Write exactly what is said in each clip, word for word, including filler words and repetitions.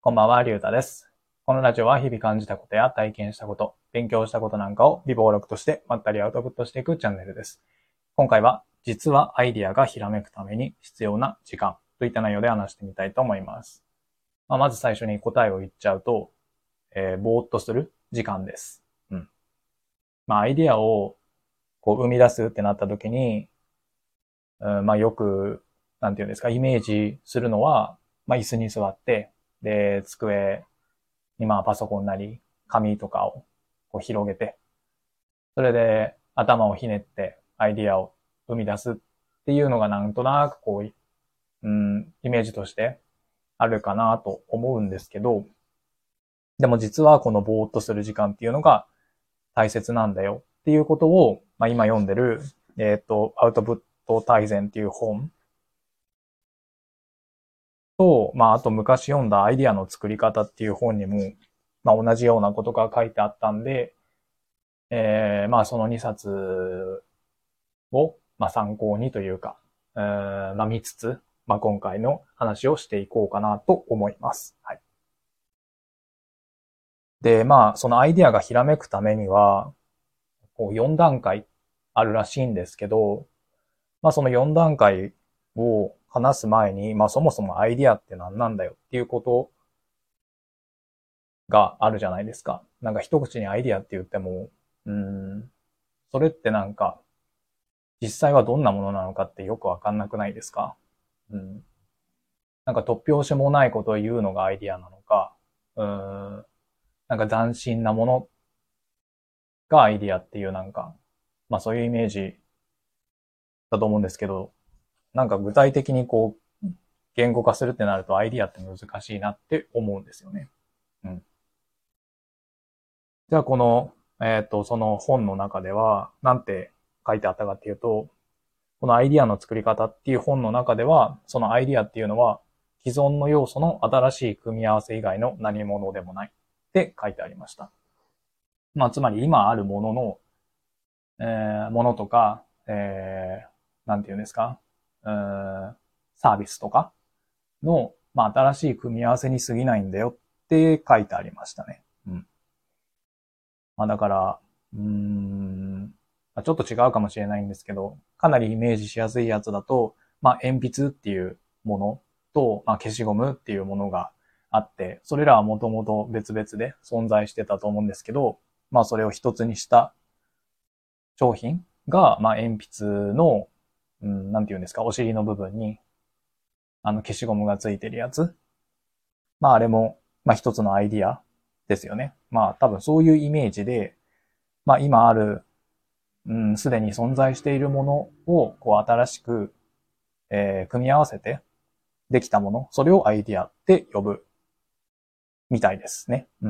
こんばんは、りゅうたです。このラジオは日々感じたことや体験したこと、勉強したことなんかを微暴録としてまったりアウトプットしていくチャンネルです。今回は、実はアイディアがひらめくために必要な時間といった内容で話してみたいと思います。まあ、まず最初に答えを言っちゃうと、えー、ぼーっとする時間です。うん。まあ、アイディアをこう生み出すってなった時に、うん、まあ、よく、なんていうんですか、イメージするのは、まあ、椅子に座って、で、机にまあパソコンなり紙とかをこう広げて、それで頭をひねってアイディアを生み出すっていうのがなんとなくこう、うん、イメージとしてあるかなと思うんですけど、でも実はこのぼーっとする時間っていうのが大切なんだよっていうことを、まあ、今読んでる、えっと、アウトプット大全っていう本と、まあ、あと昔読んだアイディアの作り方っていう本にも、まあ、同じようなことが書いてあったんで、えー、まあそのにさつを、まあ、参考にというか、えー、まあ見つつ、まあ今回の話をしていこうかなと思います。はい。で、まあそのアイディアがひらめくためには、こうよん段階あるらしいんですけど、まあそのよん段階を話す前に、まあそもそもアイディアって何なんだよっていうことがあるじゃないですか。なんか一口にアイディアって言っても、うーん、それってなんか実際はどんなものなのかってよくわかんなくないですか？うん。なんか突拍子もないことを言うのがアイディアなのか、うーん。なんか斬新なものがアイディアっていうなんか、まあそういうイメージだと思うんですけど、なんか具体的にこう、言語化するってなるとアイディアって難しいなって思うんですよね。うん。じゃあこの、えっと、その本の中では、なんて書いてあったかっていうと、このアイディアの作り方っていう本の中では、そのアイディアっていうのは、既存の要素の新しい組み合わせ以外の何者でもないって書いてありました。まあ、つまり今あるものの、えー、ものとか、えー、なんていうんですか、うーん、サービスとかの、まあ、新しい組み合わせに過ぎないんだよって書いてありましたね。うん。まあ、だから、うーん、ちょっと違うかもしれないんですけど、かなりイメージしやすいやつだと、まあ、鉛筆っていうものと、まあ、消しゴムっていうものがあって、それらはもともと別々で存在してたと思うんですけど、まあ、それを一つにした商品が、まあ、鉛筆の、うん、なんて言うんですか、お尻の部分に、あの、消しゴムがついてるやつ。まあ、あれも、まあ、一つのアイディアですよね。まあ、多分そういうイメージで、まあ、今ある、うん、すでに存在しているものを、こう、新しく、えー、組み合わせてできたもの、それをアイディアって呼ぶみたいですね。うん。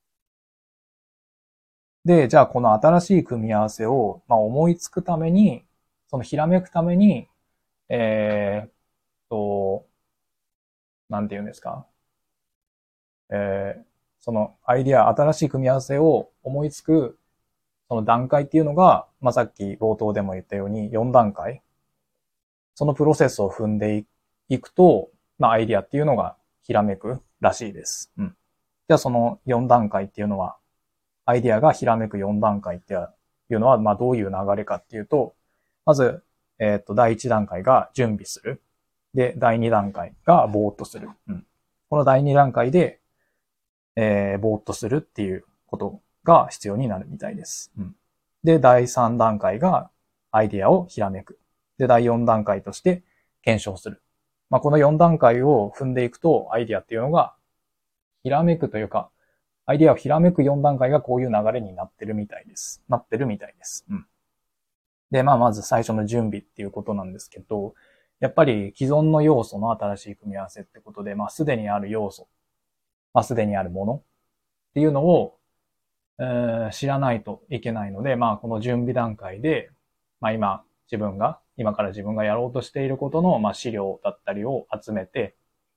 で、じゃあこの新しい組み合わせを、まあ、思いつくために、そのひらめくために、えーっと、なんて言うんですか。えー、そのアイディア、新しい組み合わせを思いつく、その段階っていうのが、まあ、さっき冒頭でも言ったようによん段階。そのプロセスを踏んでいくと、まあ、アイディアっていうのがひらめくらしいです。うん。じゃあそのよん段階っていうのは、アイディアがひらめくよん段階っていうのは、まあどういう流れかっていうと、まず、えっと、だいいち段階が準備する。で、だいに段階がぼーっとする。うん。このだいに段階で、えー、ぼーっとするっていうことが必要になるみたいです。うん。で、だいさん段階がアイディアをひらめく。で、だいよん段階として検証する。まあ、このよん段階を踏んでいくと、アイディアっていうのが、ひらめくというか、アイディアをひらめくよん段階がこういう流れになってるみたいです。なってるみたいです。うん。で、まあ、まず最初の準備っていうことなんですけど、やっぱり既存の要素の新しい組み合わせってことで、まあ、すでにある要素、まあ、すでにあるものっていうのを、えー知らないといけないので、まあ、この準備段階で、まあ、今、自分が、今から自分がやろうとしていることの、まあ、資料だったりを集めて、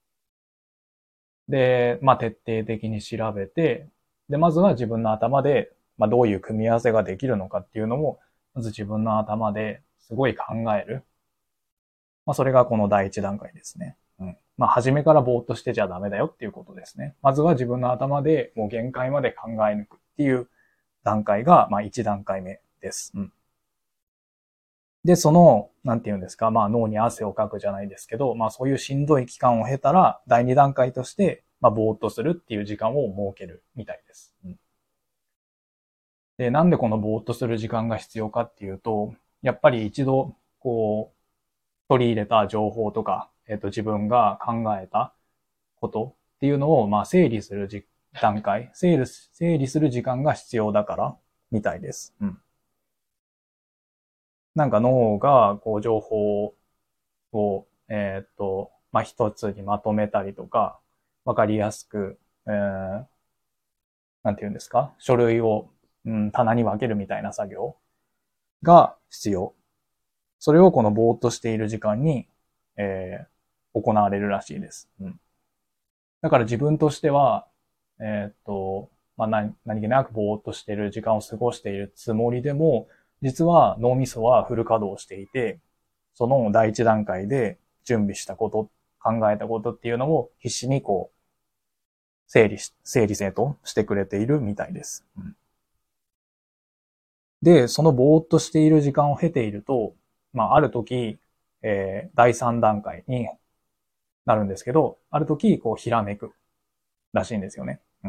で、まあ、徹底的に調べて、で、まずは自分の頭で、まあ、どういう組み合わせができるのかっていうのも、まず自分の頭ですごい考える。まあ、それがこの第一段階ですね。うん。 まあ、初めからぼーっとしてちゃダメだよっていうことですね。まずは自分の頭でもう限界まで考え抜くっていう段階が、まあ、いち段階目です。うん。で、その、なんていうんですか、まあ、脳に汗をかくじゃないですけど、まあ、そういうしんどい期間を経たら、だいに段階として、まあ、ぼーっとするっていう時間を設けるみたいです。うん。で、なんでこのぼーっとする時間が必要かっていうと、やっぱり一度、こう、取り入れた情報とか、えっと、自分が考えたことっていうのを、まあ、整理する段階、整理、整理する時間が必要だから、みたいです。うん。なんか脳が、こう、情報を、えっと、まあ、一つにまとめたりとか、わかりやすく、えー、なんて言うんですか、書類を、うん、棚に分けるみたいな作業が必要。それをこのぼーっとしている時間に、えー、行われるらしいです。うん。だから自分としては、えーっと、まあ、何、何気なくぼーっとしている時間を過ごしているつもりでも、実は脳みそはフル稼働していて、その第一段階で準備したこと、考えたことっていうのを必死にこう、整理し、整理整頓してくれているみたいです。うん、で、そのぼーっとしている時間を経ていると、まあ、ある時、えー、だいさん段階になるんですけど、ある時、こう、ひらめくらしいんですよね。うん。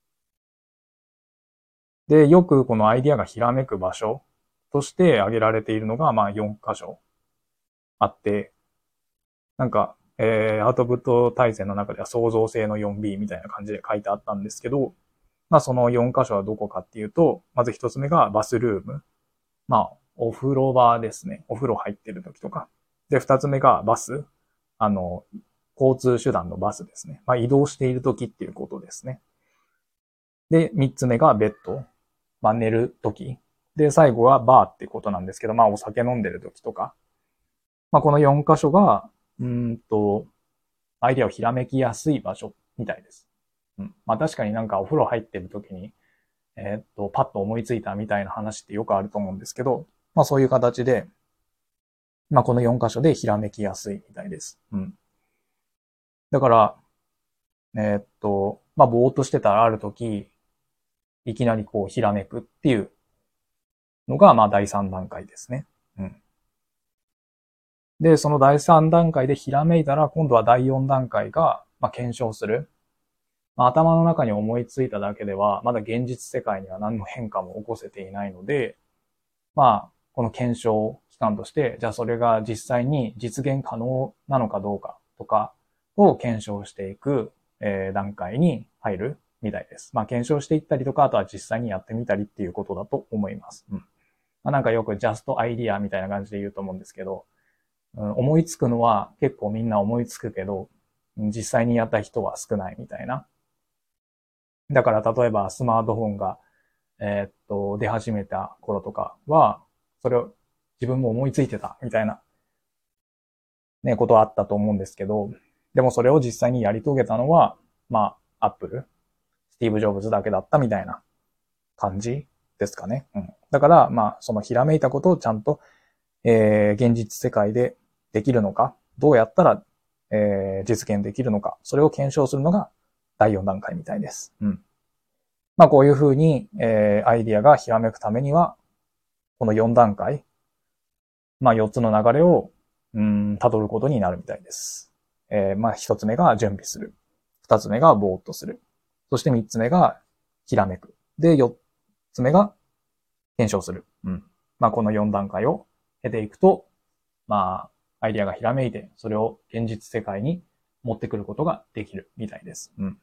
で、よくこのアイディアがひらめく場所として挙げられているのが、まあ、よん箇所あって、なんか、えー、アウトプット大全の中では創造性の よんビー みたいな感じで書いてあったんですけど、まあ、そのよん箇所はどこかっていうと、まず一つ目がバスルーム。まあ、お風呂場ですね。お風呂入ってる時とか。で、二つ目がバス。あの、交通手段のバスですね。まあ、移動している時っていうことですね。で、三つ目がベッド。まあ、寝る時。で、最後はバーってことなんですけど、まあ、お酒飲んでる時とか。まあ、このよん箇所が、うんと、アイデアをひらめきやすい場所みたいです。うん。まあ、確かになんかお風呂入ってる時に、えーっと、パッと思いついたみたいな話ってよくあると思うんですけど、まあ、そういう形で、まあ、このよん箇所でひらめきやすいみたいです。うん。だから、えーっと、まあ、ぼーっとしてたらある時、いきなりこう、ひらめくっていうのが、まあ、だいさん段階ですね。うん。で、そのだいさん段階でひらめいたら、今度はだいよん段階が、まあ、検証する。まあ、頭の中に思いついただけでは、まだ現実世界には何の変化も起こせていないので、まあ、この検証期間として、じゃあそれが実際に実現可能なのかどうかとかを検証していく、えー段階に入るみたいです。まあ、検証していったりとか、あとは実際にやってみたりっていうことだと思います。うん。まあ、なんかよくジャストアイディアみたいな感じで言うと思うんですけど、うん、思いつくのは結構みんな思いつくけど、実際にやった人は少ないみたいな。だから例えばスマートフォンが、えーっと、出始めた頃とかは、それを自分も思いついてたみたいなね、ことはあったと思うんですけど、でもそれを実際にやり遂げたのは、まあ、アップル、スティーブ・ジョブズだけだったみたいな感じですかね。うん。だから、まあ、そのひらめいたことをちゃんと、えー、現実世界でできるのか、どうやったら、えー、実現できるのか、それを検証するのがだいよん段階みたいです。うん。まあ、こういうふうに、えー、アイディアがひらめくためには、このよん段階、まあ、よっつの流れを、うん、辿ることになるみたいです。えー、まあ、ひとつめが準備する。ふたつめがぼーっとする。そしてみっつめがひらめく。で、よっつ目が検証する。うん。まあ、このよん段階を経ていくと、まあ、アイディアがひらめいて、それを現実世界に持ってくることができるみたいです。うん。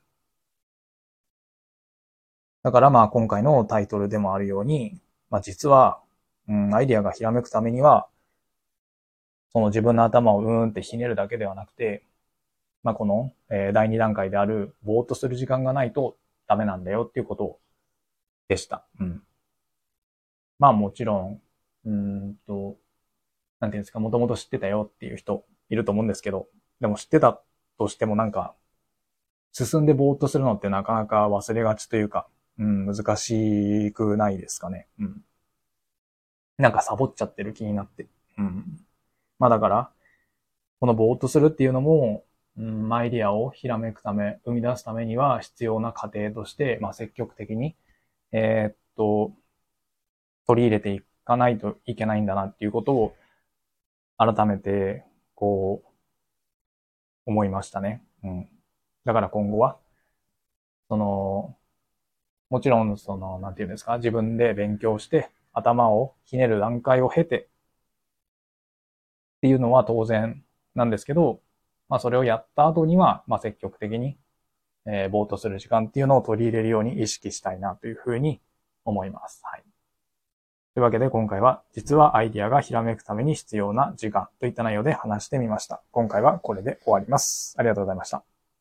だからまあ、今回のタイトルでもあるように、まあ、実は、うん、アイディアがひらめくためには、その自分の頭をうーんってひねるだけではなくて、まあ、この、えー、だいに段階である、ぼーっとする時間がないとダメなんだよっていうことでした。うん。まあもちろん、うーんと、なんていうんですか、もともと知ってたよっていう人いると思うんですけど、でも知ってたとしてもなんか、進んでぼーっとするのってなかなか忘れがちというか、うん、難しくないですかね。うん。なんかサボっちゃってる気になって。うん。まあだから、このぼーっとするっていうのも、 うん、アイディアをひらめくため、生み出すためには必要な過程として、まあ、積極的に、えーっと、取り入れていかないといけないんだなっていうことを改めて、こう、思いましたね。うん。だから今後は、その、もちろん、その、なんていうんですか、自分で勉強して、頭をひねる段階を経てっていうのは当然なんですけど、まあそれをやった後には、まあ積極的に、えー、ぼーっとする時間っていうのを取り入れるように意識したいなというふうに思います。はい。というわけで今回は、実はアイディアがひらめくために必要な時間といった内容で話してみました。今回はこれで終わります。ありがとうございました。